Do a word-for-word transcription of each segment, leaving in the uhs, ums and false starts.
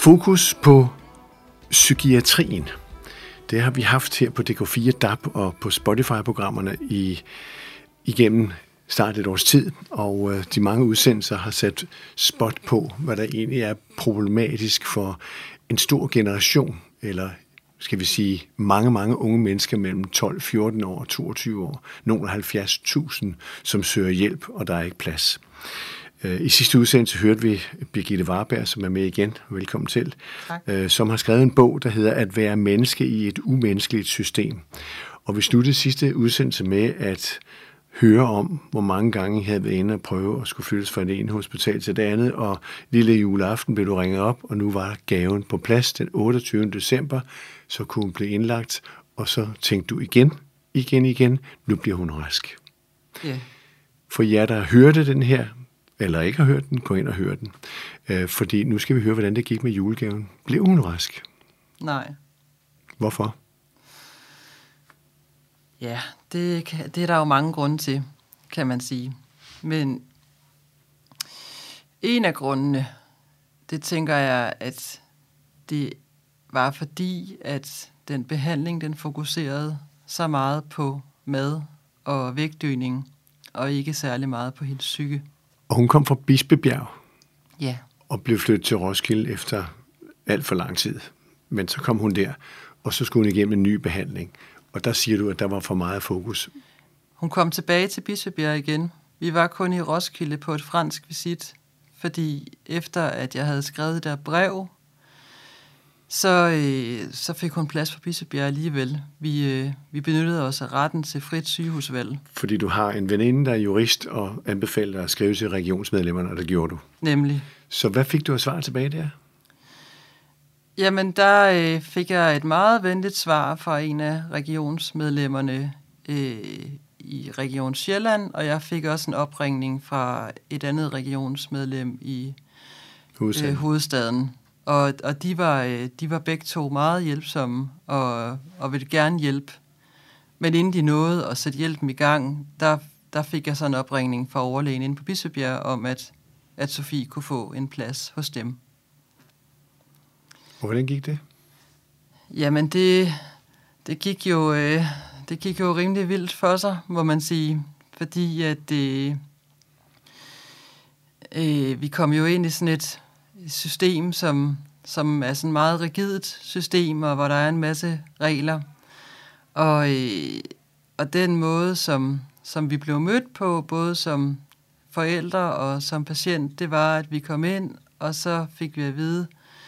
Fokus på psykiatrien. Det har vi haft her på D K fire D A B og på Spotify-programmerne i, igennem snart et års tid, og øh, de mange udsendelser har sat spot på, hvad der egentlig er problematisk for en stor generation, eller skal vi sige mange, mange unge mennesker mellem tolv, fjorten år og toogtyve år. Nogle halvfjerds tusind, som søger hjælp, og der er ikke plads. I sidste udsendelse hørte vi Birgitte Varberg, som er med igen, velkommen til, tak. Som har skrevet en bog, der hedder At være menneske i et umenneskeligt system. Og vi sluttede sidste udsendelse med at høre om, hvor mange gange I havde været inde og prøve at skulle flyttes fra det ene hospital til det andet, og lille juleaften blev du ringet op, og nu var gaven på plads den otteogtyvende december, så kunne hun blive indlagt, og så tænkte du igen, igen, igen, nu bliver hun rask. Yeah. For jer, der hørte den her, eller ikke har hørt den, gå ind og høre den. Øh, fordi nu skal vi høre, hvordan det gik med julegaven. Blev hun rask? Nej. Hvorfor? Ja, det, det er der jo mange grunde til, kan man sige. Men en af grundene, det tænker jeg, at det var fordi, at den behandling, den fokuserede så meget på mad og vægtøgning, og ikke særlig meget på hendes psyke. Og hun kom fra Bispebjerg, ja. Og blev flyttet til Roskilde efter alt for lang tid. Men så kom hun der, og så skulle hun igennem en ny behandling. Og der siger du, at der var for meget fokus. Hun kom tilbage til Bispebjerg igen. Vi var kun i Roskilde på et fransk visit, fordi efter at jeg havde skrevet det der brev, så, øh, så fik hun plads på Bispebjerg alligevel. Vi, øh, vi benyttede os af retten til frit sygehusvalg. Fordi du har en veninde, der er jurist og anbefaler dig at skrive til regionsmedlemmerne, og det gjorde du. Nemlig. Så hvad fik du at svare tilbage der? Jamen, der øh, fik jeg et meget venligt svar fra en af regionsmedlemmerne øh, i Region Sjælland, og jeg fik også en opringning fra et andet regionsmedlem i hovedstaden. Øh, hovedstaden. Og, og de, var, de var begge to meget hjælpsomme og, og ville gerne hjælpe. Men inden de nåede at sætte hjælpen i gang, der, der fik jeg så en opringning fra overlægen inde på Bispebjerg om, at, at Sofie kunne få en plads hos dem. Og hvordan gik det? Jamen, det, det, gik jo, øh, det gik jo rimelig vildt for sig, må man sige. Fordi at øh, øh, vi kom jo ind i sådan et system, som, som er sådan et meget rigidt system, og hvor der er en masse regler. Og, øh, og den måde, som, som vi blev mødt på, både som forældre og som patient, det var, at vi kom ind, og så fik vi at vide,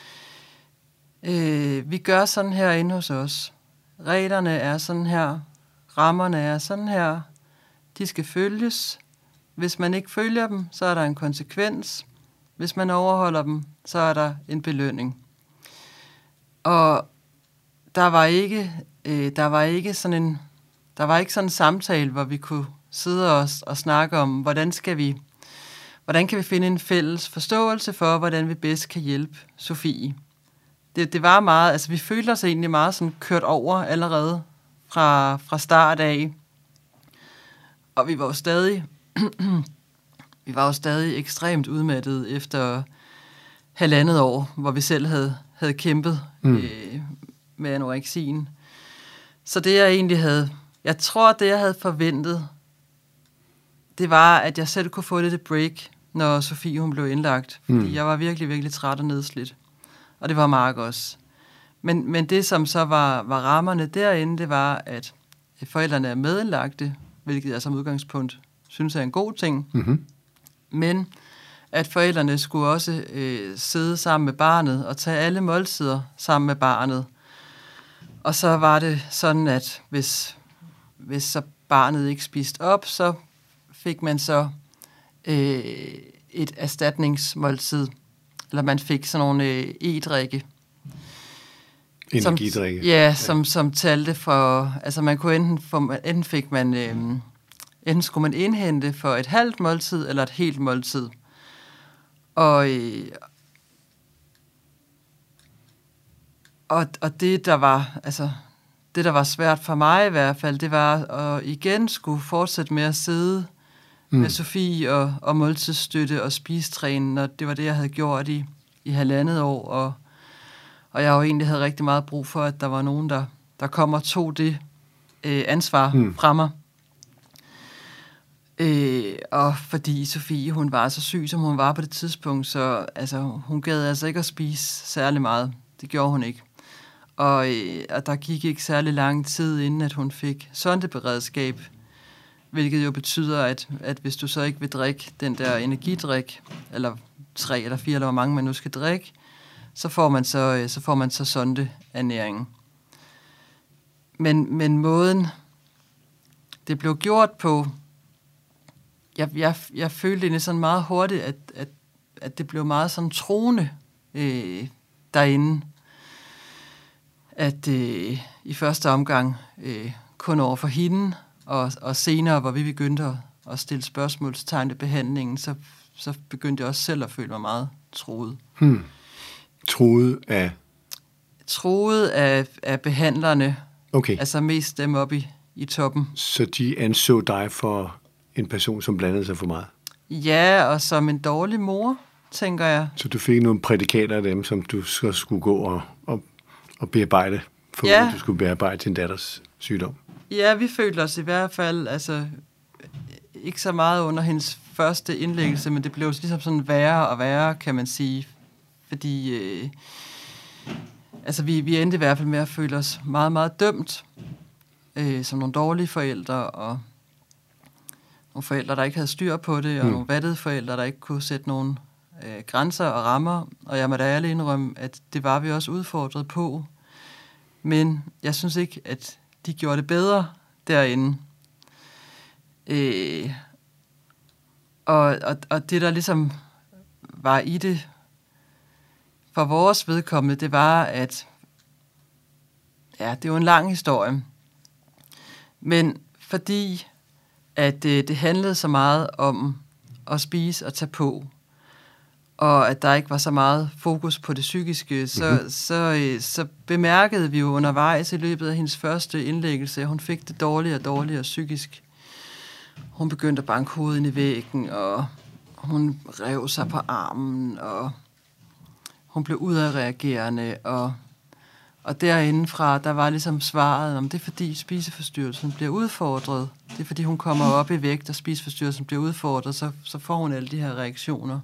øh, vi gør sådan her inde hos os. Reglerne er sådan her, rammerne er sådan her, de skal følges. Hvis man ikke følger dem, så er der en konsekvens. Hvis man overholder dem, så er der en belønning. Og der var ikke, øh, der var ikke sådan en, der var ikke sådan en samtale, hvor vi kunne sidde og, og snakke om, hvordan skal vi, hvordan kan vi finde en fælles forståelse for, hvordan vi bedst kan hjælpe Sofie. Det, det var meget, altså vi følte os egentlig meget sådan kørt over allerede fra, fra start af. Og vi var jo stadig Vi var jo stadig ekstremt udmattede efter halvandet år, hvor vi selv havde, havde kæmpet mm. øh, med anoreksien. Så det jeg egentlig havde, jeg tror det jeg havde forventet, det var, at jeg selv kunne få lidt et break, når Sofie hun blev indlagt. Fordi mm. jeg var virkelig, virkelig træt og nedslidt. Og det var Mark også. Men, men det som så var, var rammerne derinde, det var, at forældrene er medindlagte, hvilket jeg som udgangspunkt synes er en god ting. Mm-hmm. Men at forældrene skulle også øh, sidde sammen med barnet og tage alle måltider sammen med barnet. Og så var det sådan, at hvis, hvis så barnet ikke spiste op, så fik man så øh, et erstatningsmåltid. Eller man fik sådan nogle øh, e-drikke. Energidrikke. Som, ja, som, som talte for... Altså man kunne enten, få, enten fik man... Øh, enten skulle man indhente for et halvt måltid eller et helt måltid. Og, øh, og, og det, der var, altså, det, der var svært for mig i hvert fald, det var at igen skulle fortsætte med at sidde mm. med Sofie og, og måltidsstøtte og spistræne, og det var det, jeg havde gjort i, i halvandet år. Og, Og jeg har jo egentlig havde rigtig meget brug for, at der var nogen, der, der kom og tog det øh, ansvar mm. fra mig. Øh, og fordi Sofie, hun var så syg, som hun var på det tidspunkt, så altså, hun gad altså ikke at spise særlig meget. Det gjorde hun ikke. Og, øh, og der gik ikke særlig lang tid, inden at hun fik sondeberedskab, hvilket jo betyder, at, at hvis du så ikke vil drikke den der energidrik, eller tre eller fire, eller hvor mange man nu skal drikke, så får man så, øh, så, får man så sondeernæring. Men, men måden, det blev gjort på, jeg, jeg, jeg følte egentlig sådan meget hurtigt, at, at, at det blev meget sådan troende øh, derinde. At øh, i første omgang øh, kun over for hende, og, og senere, hvor vi begyndte at, at stille spørgsmålstegn ved behandlingen, så, så begyndte jeg også selv at føle mig meget troet. Hmm. Troet af? Troet af, af behandlerne. Okay. Altså mest dem oppe i, i toppen. Så de anså dig for en person, som blandede sig for meget? Ja, og som en dårlig mor, tænker jeg. Så du fik nogle prædikater af dem, som du så skulle gå og, og, og bearbejde, for ja. at du skulle bearbejde din datters sygdom? Ja, vi følte os i hvert fald, altså ikke så meget under hendes første indlæggelse, men det blev ligesom sådan værre og værre, kan man sige. Fordi øh, altså vi, vi endte i hvert fald med at føle os meget, meget dømt, øh, som nogle dårlige forældre, og nogle forældre, der ikke havde styr på det, og mm. nogle vattede forældre, der ikke kunne sætte nogle øh, grænser og rammer. Og jeg må da ærligt indrømme, at det var vi også udfordret på. Men jeg synes ikke, at de gjorde det bedre derinde. Øh, og, og, og det, der ligesom var i det, for vores vedkommende, det var, at ja, det er jo en lang historie. Men fordi at øh, det handlede så meget om at spise og tage på, og at der ikke var så meget fokus på det psykiske, så, mm-hmm. så, øh, så bemærkede vi jo undervejs i løbet af hendes første indlæggelse, at hun fik det dårligere og dårligere psykisk. Hun begyndte at banke hovedet ind i væggen, og hun rev sig på armen, og hun blev udadreagerende, og, og derindefra, der var ligesom svaret, om det er fordi spiseforstyrrelsen bliver udfordret. Det er fordi hun kommer op i vægt, og spiseforstyrrelsen bliver udfordret, så, så får hun alle de her reaktioner.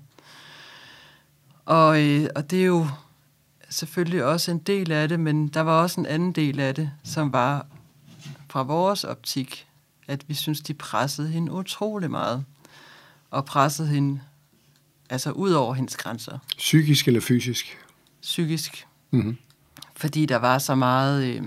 Og, øh, og det er jo selvfølgelig også en del af det, men der var også en anden del af det, som var fra vores optik, at vi synes, de pressede hende utrolig meget, og pressede hende altså ud over hendes grænser. Psykisk eller fysisk? Psykisk. Mm-hmm. Fordi der var så meget, øh,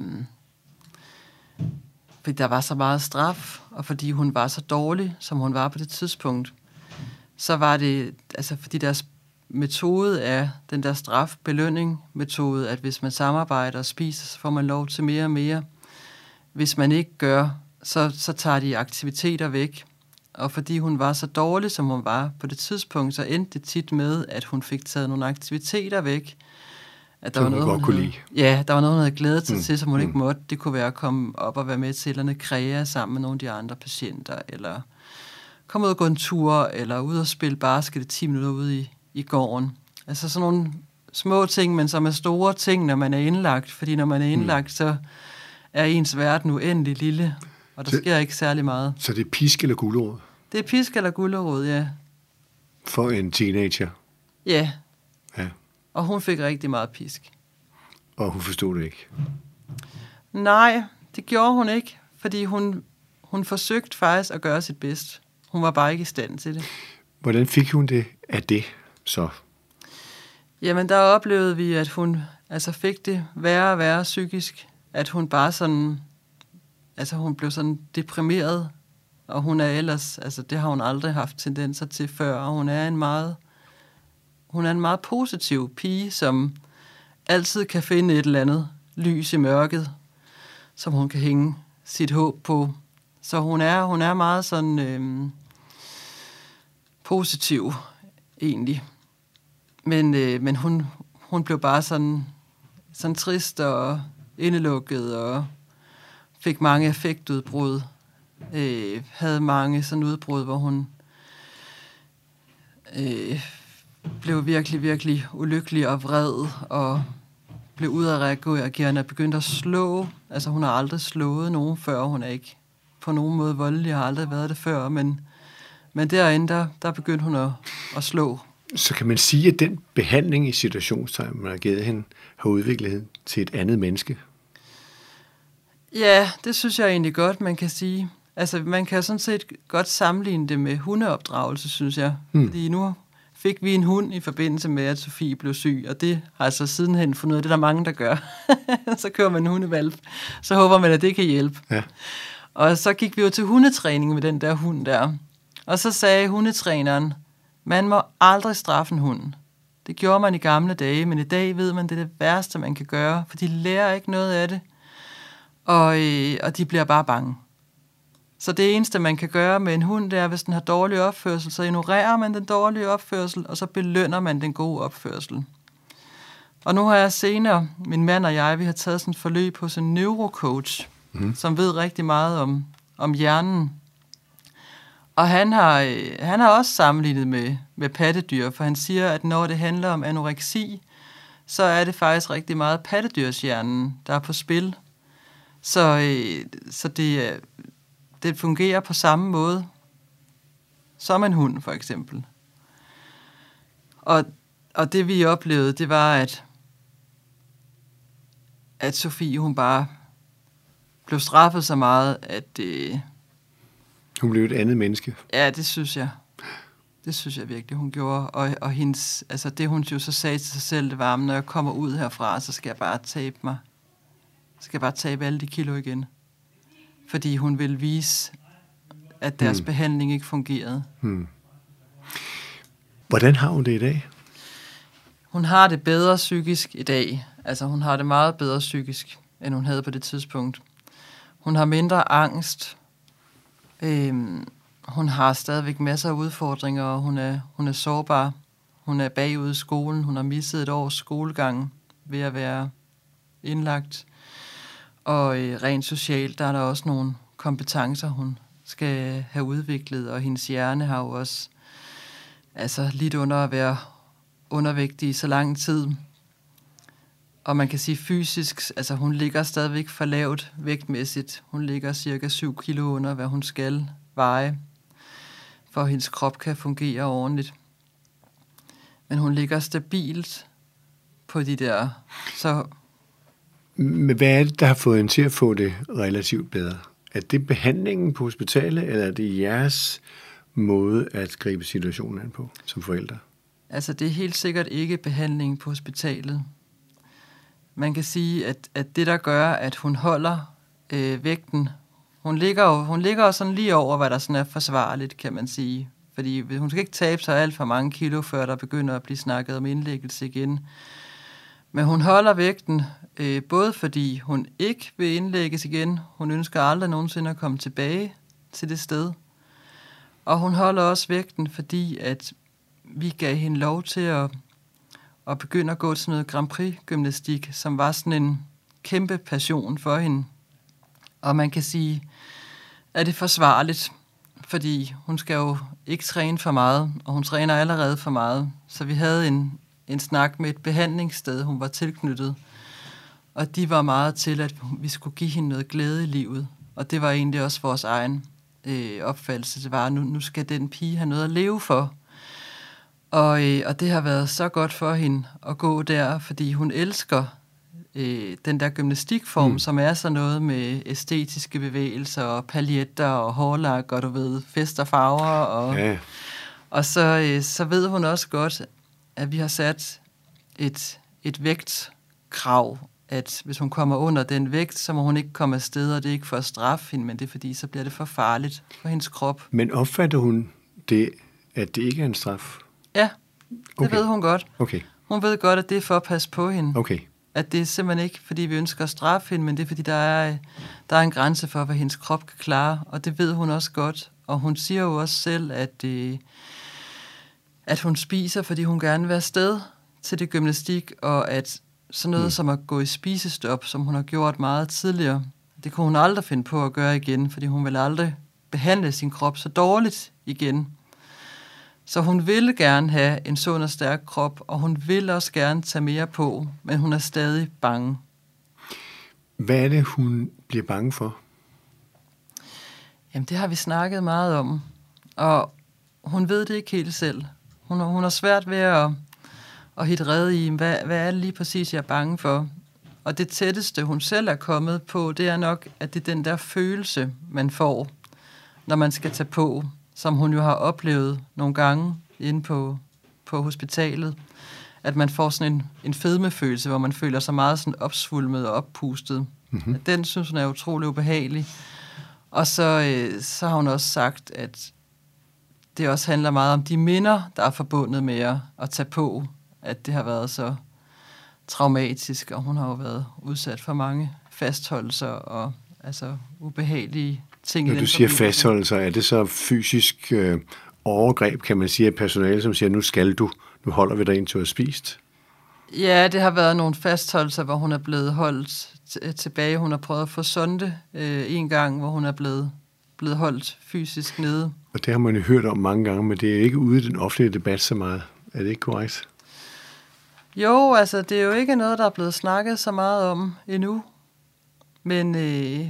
fordi der var så meget straf, og fordi hun var så dårlig, som hun var på det tidspunkt, så var det, altså fordi deres metode er den der straf-belønning-metode, at hvis man samarbejder og spiser, så får man lov til mere og mere. Hvis man ikke gør, så, så tager de aktiviteter væk. Og fordi hun var så dårlig, som hun var på det tidspunkt, så endte det tit med, at hun fik taget nogle aktiviteter væk. At der var noget, hun havde, ja, der var noget, hun havde glædet sig mm. til, som hun mm. ikke måtte. Det kunne være at komme op og være med til et eller andet kræa sammen med nogle af de andre patienter, eller komme ud og gå en tur, eller ud og spille basket ti minutter ude i, i gården. Altså sådan nogle små ting, men som er store ting, når man er indlagt. Fordi når man er indlagt, mm. så er ens verden uendelig lille, og der så, sker ikke særlig meget. Så det er pisk eller gulerod? Det er pisk eller gulerod, ja. For en teenager? Ja. Ja. Og hun fik rigtig meget pisk. Og hun forstod det ikke? Nej, det gjorde hun ikke, fordi hun, hun forsøgte faktisk at gøre sit bedste. Hun var bare ikke i stand til det. Hvordan fik hun det af det så? Jamen, der oplevede vi, at hun altså fik det værre og værre psykisk. At hun bare sådan, altså hun blev sådan deprimeret, og hun er ellers, altså det har hun aldrig haft tendenser til før, og hun er en meget, hun er en meget positiv pige, som altid kan finde et eller andet lys i mørket, som hun kan hænge sit håb på. Så hun er, hun er meget sådan øhm, positiv, egentlig. Men, øh, men hun, hun blev bare sådan, sådan trist og indelukket og fik mange affektudbrud. Øh, havde mange sådan udbrud, hvor hun øh, blev virkelig, virkelig ulykkelig og vred og blev udadreagerende og begyndte at slå. Altså hun har aldrig slået nogen før, hun er ikke på nogen måde voldelig, har aldrig været det før, men, men derinde, der, der begyndte hun at, at slå. Så kan man sige, at den behandling i situationstegn, man har givet hende, har udviklet hende til et andet menneske? Ja, det synes jeg egentlig godt, man kan sige. Altså, man kan sådan set godt sammenligne det med hundeopdragelse, synes jeg. Hmm. Fordi nu fik vi en hund i forbindelse med, at Sofie blev syg, og det har altså sidenhen fundet ud af, det er der mange, der gør. Så kører man en hundevalp, så håber man, at det kan hjælpe. Ja. Og så gik vi jo til hundetræning med den der hund der. Og så sagde hundetræneren, man må aldrig straffe en hund. Det gjorde man i gamle dage, men i dag ved man, det er det værste, man kan gøre, for de lærer ikke noget af det, og, øh, og de bliver bare bange. Så det eneste, man kan gøre med en hund, det er, hvis den har dårlig opførsel, så ignorerer man den dårlige opførsel, og så belønner man den gode opførsel. Og nu har jeg senere, min mand og jeg, vi har taget sådan et forløb hos en neurocoach, mm. som ved rigtig meget om, om hjernen. Og han har, han har også sammenlignet med, med pattedyr, for han siger, at når det handler om anoreksi, så er det faktisk rigtig meget pattedyrshjernen, der er på spil. Så, så det, det fungerer på samme måde som en hund, for eksempel. Og, og det vi oplevede, det var, at, at Sofie, hun bare blev straffet så meget, at det... Hun blev et andet menneske. Ja, det synes jeg. Det synes jeg virkelig, hun gjorde. Og, og hendes, altså det, hun jo så sagde til sig selv, det var, når jeg kommer ud herfra, så skal jeg bare tabe mig. Så skal jeg bare tabe alle de kilo igen. Fordi hun ville vise, at deres hmm. behandling ikke fungerede. Hmm. Hvordan har hun det i dag? Hun har det bedre psykisk i dag. Altså hun har det meget bedre psykisk, end hun havde på det tidspunkt. Hun har mindre angst. Øhm, hun har stadigvæk masser af udfordringer, og hun er, hun er sårbar. Hun er bagud i skolen. Hun har misset et års skolegang ved at være indlagt. Og øh, rent socialt, der er der også nogle kompetencer, hun skal have udviklet, og hendes hjerne har jo også altså, lidt under at være undervægtig i så lang tid. Og man kan sige fysisk, altså hun ligger stadigvæk for lavt vægtmæssigt. Hun ligger cirka syv kilo under, hvad hun skal veje, for at hendes krop kan fungere ordentligt. Men hun ligger stabilt på de der... Så Men hvad er det, der har fået hende til at få det relativt bedre? Er det behandlingen på hospitalet, eller er det jeres måde at gribe situationen an på som forældre? Altså, det er helt sikkert ikke behandlingen på hospitalet. Man kan sige, at, at det, der gør, at hun holder øh, vægten, hun ligger jo hun ligger jo sådan lige over, hvad der sådan er forsvarligt, kan man sige. Fordi hun skal ikke tabe sig alt for mange kilo, før der begynder at blive snakket om indlæggelse igen. Men hun holder vægten, øh, både fordi hun ikke vil indlægges igen, hun ønsker aldrig nogensinde at komme tilbage til det sted. Og hun holder også vægten, fordi at vi gav hende lov til at, at begynde at gå til noget Grand Prix-gymnastik, som var sådan en kæmpe passion for hende. Og man kan sige, at det er forsvarligt, fordi hun skal jo ikke træne for meget, og hun træner allerede for meget. Så vi havde en, en snak med et behandlingssted, hun var tilknyttet, og de var meget til, at vi skulle give hende noget glæde i livet. Og det var egentlig også vores egen øh, opfattelse. Det var, at nu, nu skal den pige have noget at leve for. Og, øh, og det har været så godt for hende at gå der, fordi hun elsker øh, den der gymnastikform, mm. som er sådan noget med æstetiske bevægelser og paljetter og hårlak og du ved, fest og farver. Og, ja. og så, øh, så ved hun også godt, at vi har sat et, et vægtkrav, at hvis hun kommer under den vægt, så må hun ikke komme afsted, og det er ikke for at straffe hende, men det er fordi, så bliver det for farligt for hendes krop. Men opfatter hun det, at det ikke er en straf? Ja, det okay. ved hun godt. Okay. Hun ved godt, at det er for at passe på hende. Okay. At det er simpelthen ikke, fordi vi ønsker at straffe hende, men det er, fordi der er, der er en grænse for, hvad hendes krop kan klare, og det ved hun også godt. Og hun siger jo også selv, at, øh, at hun spiser, fordi hun gerne vil være afsted til det gymnastik, og at sådan noget mm. som at gå i spisestop, som hun har gjort meget tidligere, det kunne hun aldrig finde på at gøre igen, fordi hun vil aldrig behandle sin krop så dårligt igen. Så hun vil gerne have en sund og stærk krop, og hun vil også gerne tage mere på, men hun er stadig bange. Hvad er det, hun bliver bange for? Jamen, det har vi snakket meget om, og hun ved det ikke helt selv. Hun har, hun har svært ved at, at hitte rede i, hvad, hvad er det lige præcis, jeg er bange for? Og det tætteste, hun selv er kommet på, det er nok, at det er den der følelse, man får, når man skal tage på, som hun jo har oplevet nogle gange inde på, på hospitalet, at man får sådan en, en fedmefølelse, hvor man føler sig meget sådan opsvulmet og oppustet. Mm-hmm. Den synes hun er utrolig ubehagelig. Og så, øh, så har hun også sagt, at det også handler meget om de minder, der er forbundet med at, at tage på, at det har været så traumatisk, og hun har jo været udsat for mange fastholdelser og altså ubehagelige ting. Når du siger fastholdelser, er det så fysisk øh, overgreb, kan man sige, af personale, som siger, nu skal du, nu holder vi dig ind til at have spist? Ja, det har været nogle fastholdelser, hvor hun er blevet holdt t- tilbage. Hun har prøvet at få sonde øh, en gang, hvor hun er blevet, blevet holdt fysisk nede. Og det har man jo hørt om mange gange, men det er ikke ude i den offentlige debat så meget. Er det ikke korrekt? Jo, altså det er jo ikke noget, der er blevet snakket så meget om endnu. Men, øh,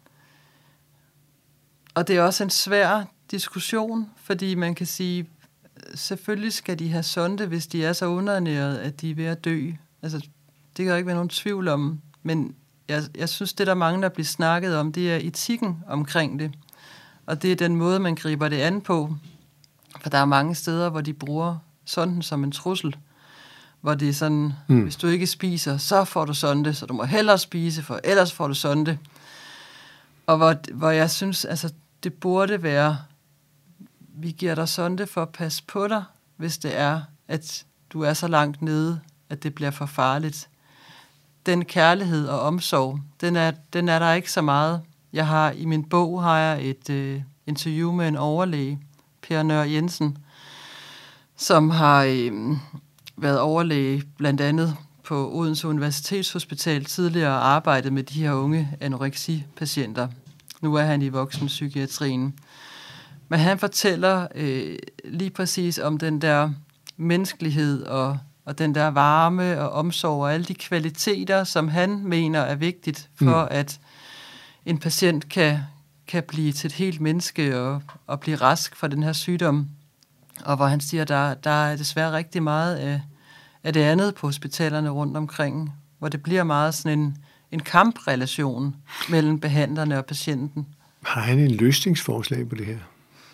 og det er også en svær diskussion, fordi man kan sige, selvfølgelig skal de have sonde, hvis de er så underernæret, at de er ved at dø. Altså, det kan jo ikke være nogen tvivl om. Men jeg, jeg synes, det der mangler at blive snakket om, det er etikken omkring det. Og det er den måde, man griber det an på. For der er mange steder, hvor de bruger sonden som en trussel. Hvor det er sådan, mm. hvis du ikke spiser, så får du sonde, så du må hellere spise, for ellers får du sonde. Og hvor, hvor jeg synes, altså, det burde være, vi giver dig sonde for at passe på dig, hvis det er, at du er så langt nede, at det bliver for farligt. Den kærlighed og omsorg, den er, den er der ikke så meget. Jeg har i min bog har jeg et øh, interview med en overlæge, Per Nør Jensen, som har øh, været overlæge blandt andet på Odense Universitetshospital tidligere og arbejdet med de her unge anoreksipatienter. Nu er han i voksenpsykiatrien. Men han fortæller øh, lige præcis om den der menneskelighed og, og den der varme og omsorg og alle de kvaliteter, som han mener er vigtigt for, mm. at en patient kan, kan blive til et helt menneske og, og blive rask fra den her sygdom. Og hvor han siger, der, der er desværre rigtig meget af, af det andet på hospitalerne rundt omkring, hvor det bliver meget sådan en, en kamprelation mellem behandlerne og patienten. Har han en løsningsforslag på det her?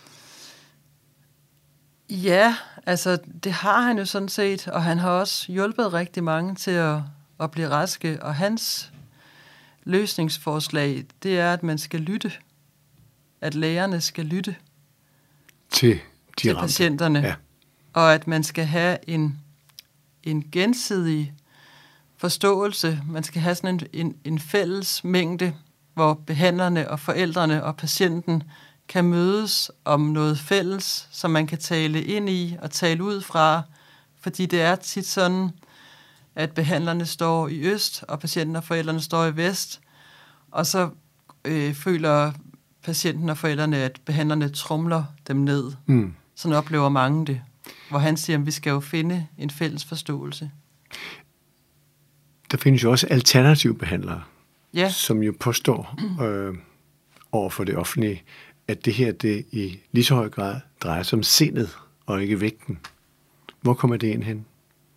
Ja, altså det har han jo sådan set, og han har også hjulpet rigtig mange til at, at blive raske, og hans løsningsforslag, det er, at man skal lytte, at lægerne skal lytte til, de til patienterne, ja. Og at man skal have en, en gensidig forståelse, man skal have sådan en, en, en fælles mængde, hvor behandlerne og forældrene og patienten kan mødes om noget fælles, som man kan tale ind i og tale ud fra, fordi det er tit sådan, at behandlerne står i øst, og patienten og forældrene står i vest, og så øh, føler patienten og forældrene, at behandlerne tromler dem ned. Mm. Sådan oplever mange det, hvor han siger, at vi skal jo finde en fælles forståelse. Der findes jo også alternative behandlere, ja. som jo påstår øh, over for det offentlige, at det her det i lige så høj grad drejer sig om sindet og ikke vægten. Hvor kommer det ind hen?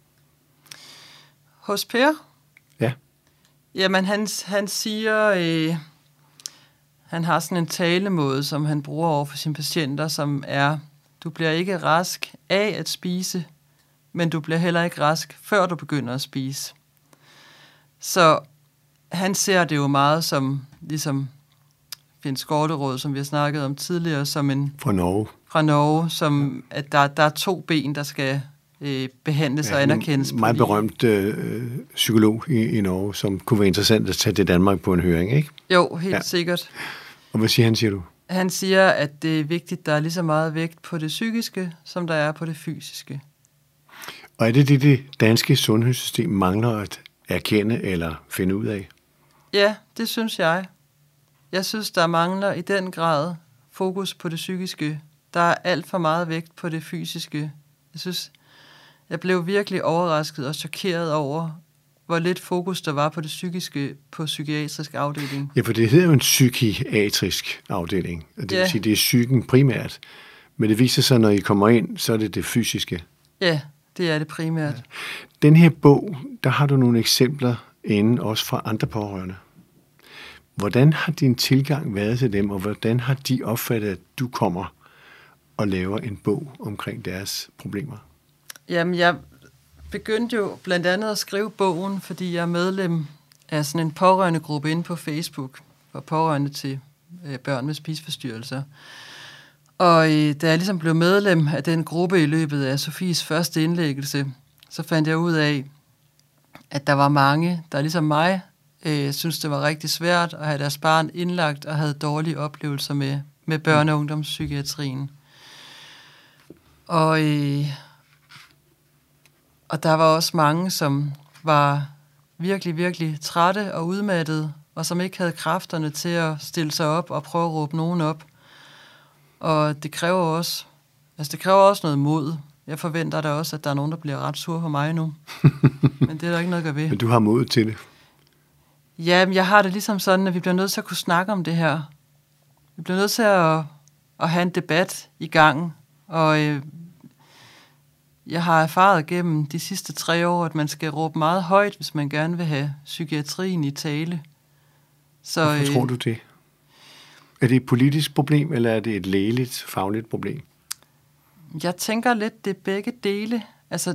Hos Per? Ja. Jamen, han, han siger, øh, han har sådan en talemåde, som han bruger over for sine patienter, som er, du bliver ikke rask af at spise, men du bliver heller ikke rask, før du begynder at spise. Så han ser det jo meget som, ligesom Finn Skårderud, som vi har snakket om tidligere, som en... Fra Norge. Fra Norge, som at der, der er to ben, der skal øh, behandles ja, og anerkendes. En meget berømt øh, psykolog i, i Norge, som kunne være interessant at tage til Danmark på en høring, ikke? Jo, helt ja. sikkert. Og hvad siger han, siger du? Han siger, at det er vigtigt, der er lige så meget vægt på det psykiske, som der er på det fysiske. Og er det det, det danske sundhedssystem mangler at erkende eller finde ud af? Ja, det synes jeg. Jeg synes, der mangler i den grad fokus på det psykiske Der er alt for meget vægt på det fysiske. Jeg synes, jeg blev virkelig overrasket og chokeret over, hvor lidt fokus der var på det psykiske på psykiatrisk afdeling. Ja, for det hedder jo en psykiatrisk afdeling. Og det ja. vil sige, det er psyken primært. Men det viser sig, når I kommer ind, så er det det fysiske. Ja, det er det primært. Ja. Den her bog, der har du nogle eksempler inde, også fra andre pårørende. Hvordan har din tilgang været til dem, og hvordan har de opfattet, at du kommer og laver en bog omkring deres problemer? Jamen, jeg begyndte jo blandt andet at skrive bogen, fordi jeg er medlem af sådan en pårørendegruppe inde på Facebook, for pårørende til øh, børn med spiseforstyrrelser. Og øh, da jeg ligesom blev medlem af den gruppe i løbet af Sofies første indlæggelse, så fandt jeg ud af, at der var mange, der ligesom mig, øh, synes det var rigtig svært at have deres barn indlagt og havde dårlige oplevelser med, med børne- og ungdomspsykiatrien. Og, øh, og der var også mange, som var virkelig, virkelig trætte og udmattede, og som ikke havde kræfterne til at stille sig op og prøve at råbe nogen op. Og det kræver også, altså det kræver også noget mod. Jeg forventer da også, at der er nogen, der bliver ret sur på mig nu. Men det er der ikke noget at gøre ved. Men du har mod til det? Ja, jeg har det ligesom sådan, at vi bliver nødt til at kunne snakke om det her. Vi bliver nødt til at, at have en debat i gang. Og øh, jeg har erfaret gennem de sidste tre år, at man skal råbe meget højt, hvis man gerne vil have psykiatrien i tale. Så, Hvorfor øh, tror du det? Er det et politisk problem, eller er det et lægeligt, fagligt problem? Jeg tænker lidt, det er begge dele. Altså,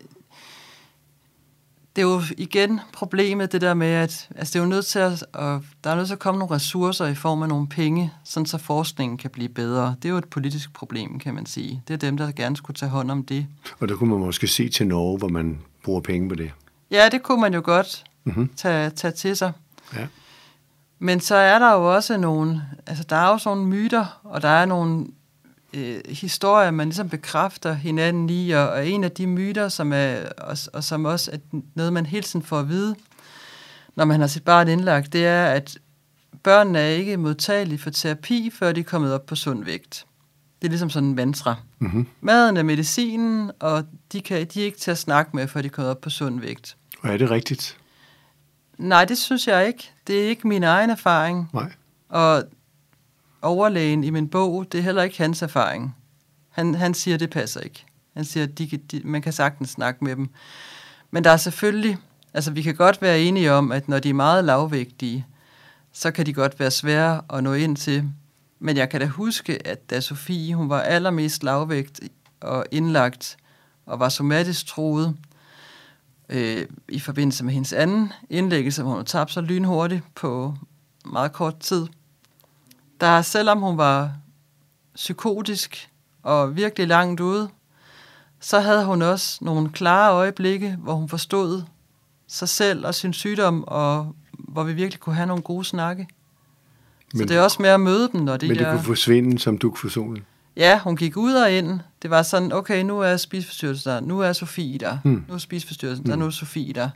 det er jo igen problemet, det der med, at altså, det er jo nødt til at, og der er nødt til at komme nogle ressourcer i form af nogle penge, sådan så forskningen kan blive bedre. Det er jo et politisk problem, kan man sige. Det er dem, der gerne skulle tage hånd om det. Og der kunne man måske se til Norge, hvor man bruger penge på det. Ja, det kunne man jo godt mm-hmm. tage, tage til sig. Ja. Men så er der jo også nogle, altså der er jo sådan nogle myter, og der er nogle øh, historier, man ligesom bekræfter hinanden i, og, og en af de myter, som er, og, og som også er noget, man hele tiden får at vide, når man har sit barn indlagt, det er, at børnene er ikke modtagelige for terapi, før de er kommet op på sund vægt. Det er ligesom sådan en mantra. Mm-hmm. Maden er medicinen, og de, kan, de er ikke til at snakke med, før de er kommet op på sund vægt. Og er det rigtigt? Nej, det synes jeg ikke. Det er ikke min egen erfaring. Nej. Og overlægen i min bog, det er heller ikke hans erfaring. Han, han siger, det passer ikke. Han siger, at de, de, man kan sagtens snakke med dem. Men der er selvfølgelig, altså vi kan godt være enige om, at når de er meget lavvægtige, så kan de godt være svære at nå ind til. Men jeg kan da huske, at da Sofie, hun var allermest lavvægt og indlagt, og var somatisk truet, øh, i forbindelse med hendes anden indlæggelse, hvor hun tabte sig lynhurtigt på meget kort tid. Der, selvom hun var psykotisk og virkelig langt ude, så havde hun også nogle klare øjeblikke, hvor hun forstod sig selv og sin sygdom, og hvor vi virkelig kunne have nogle gode snakke. Men, så det er også med at møde dem, når de Men det der... kunne forsvinde som dug for solen? Ja, hun gik ud og ind. Det var sådan, okay, nu er spiseforstyrrelsen der, nu er Sofie der, hmm. nu er spiseforstyrrelsen der, hmm. nu er Sofie der.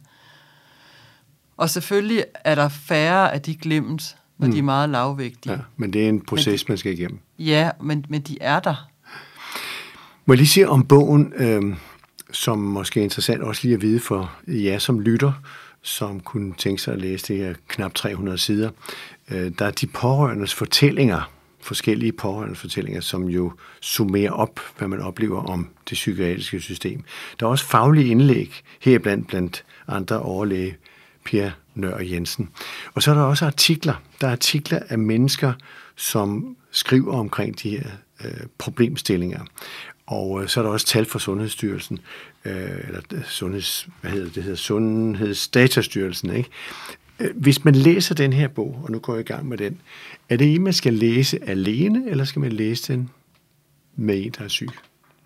Og selvfølgelig er der færre af de glemt, når hmm. de er meget lavvægtige. Ja, men det er en proces, de, man skal igennem. Ja, men, men de er der. Må jeg lige sige om bogen, øh, som måske er interessant også lige at vide for jer som lytter, som kunne tænke sig at læse det her knap tre hundrede sider. Øh, der er de pårørendes fortællinger, forskellige pårørendes fortællinger, som jo summerer op, hvad man oplever om det psykiatriske system. Der er også faglige indlæg, heriblandt blandt andre overlæge Per Nør Jensen. Og så er der også artikler. Der er artikler af mennesker, som skriver omkring de her øh, problemstillinger. Og øh, så er der også tal fra Sundhedsstyrelsen, øh, eller Sundheds, hvad hedder det, det hedder Sundhedsdatastyrelsen, ikke? Hvis man læser den her bog, og nu går jeg i gang med den, er det en, man skal læse alene, eller skal man læse den med en, der er syg?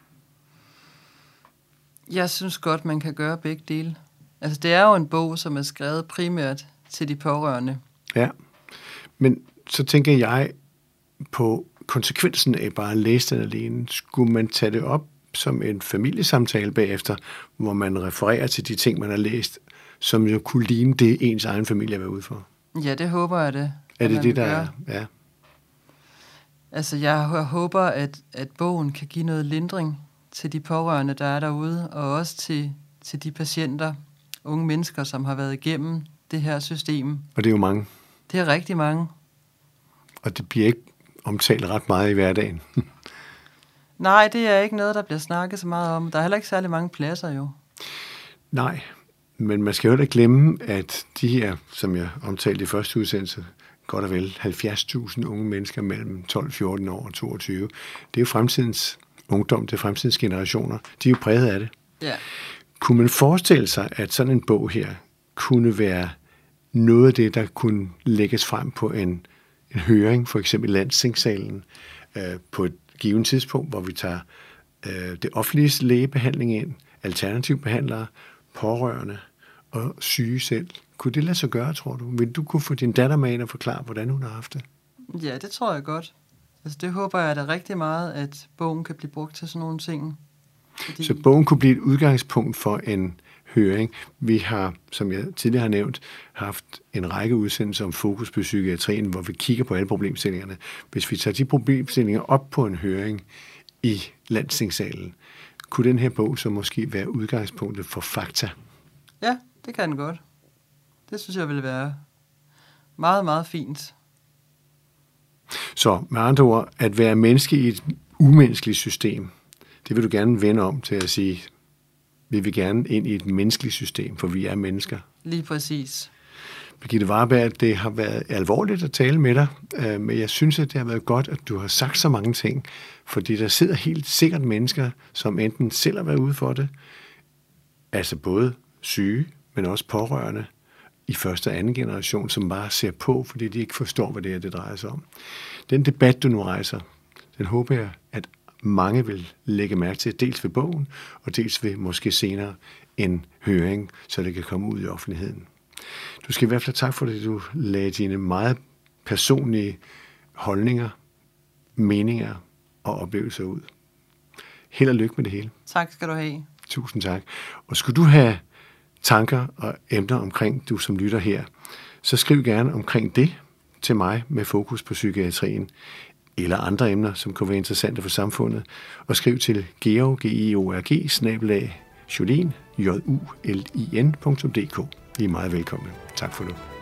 Jeg synes godt, man kan gøre begge dele. Altså, det er jo en bog, som er skrevet primært til de pårørende. Ja, men så tænker jeg på konsekvensen af bare at læse den alene. Skulle man tage det op som en familiesamtale bagefter, hvor man refererer til de ting, man har læst, som jo kunne ligne det, ens egen familie er ude for? Ja, det håber jeg det. Er det det, der er? Ja. Altså, jeg håber, at, at bogen kan give noget lindring til de pårørende, der er derude, og også til, til de patienter, unge mennesker, som har været igennem det her system. Og det er jo mange. Det er rigtig mange. Og det bliver ikke omtalt ret meget i hverdagen. Nej, det er ikke noget, der bliver snakket så meget om. Der er heller ikke særlig mange pladser jo. Nej, men man skal jo ikke glemme, at de her, som jeg omtalte i første udsendelse, godt og vel halvfjerds tusind unge mennesker mellem tolv, fjorten år og toogtyve. Det er jo fremtidens ungdom, det er fremtidens generationer. De er jo præget af det. Ja. Kunne man forestille sig, at sådan en bog her kunne være noget af det, der kunne lægges frem på en, en høring, for eksempel i Landstingssalen, øh, på et givet tidspunkt, hvor vi tager øh, det offentlige lægebehandling ind, alternativbehandlere, pårørende og syge selv. Kunne det lade sig gøre, tror du? Vil du kunne få din datter med ind og forklare, hvordan hun har haft det? Ja, det tror jeg godt. Altså, det håber jeg da rigtig meget, at bogen kan blive brugt til sådan nogle ting. Fordi... Så bogen kunne blive et udgangspunkt for en høring. Vi har, som jeg tidligere har nævnt, haft en række udsendelser om fokus på psykiatrien, hvor vi kigger på alle problemstillingerne. Hvis vi tager de problemstillinger op på en høring i Landstingssalen, kunne den her bog så måske være udgangspunktet for fakta? Ja, det kan den godt. Det synes jeg ville være meget, meget fint. Så med andre ord, at være menneske i et umenneskeligt system, det vil du gerne vende om til at sige, vi vil gerne ind i et menneskeligt system, for vi er mennesker. Lige præcis. Birgitte Varberg, det har været alvorligt at tale med dig, men jeg synes, at det har været godt, at du har sagt så mange ting, fordi der sidder helt sikkert mennesker, som enten selv har været ude for det, altså både syge, men også pårørende, i første og anden generation, som bare ser på, fordi de ikke forstår, hvad det er, det drejer sig om. Den debat, du nu rejser, den håber jeg, at mange vil lægge mærke til, dels ved bogen, og dels ved måske senere en høring, så det kan komme ud i offentligheden. Du skal i hvert fald tak for det, du lagde dine meget personlige holdninger, meninger og oplevelser ud. Held og lykke med det hele. Tak skal du have. Tusind tak. Og skulle du have tanker og emner omkring, du som lytter her, så skriv gerne omkring det til mig med fokus på psykiatrien, eller andre emner, som kunne være interessante for samfundet, og skriv til georg, g e o r g, snabel-a, jolin, j u l i n punktum d k. I er meget velkomne. Tak for nu.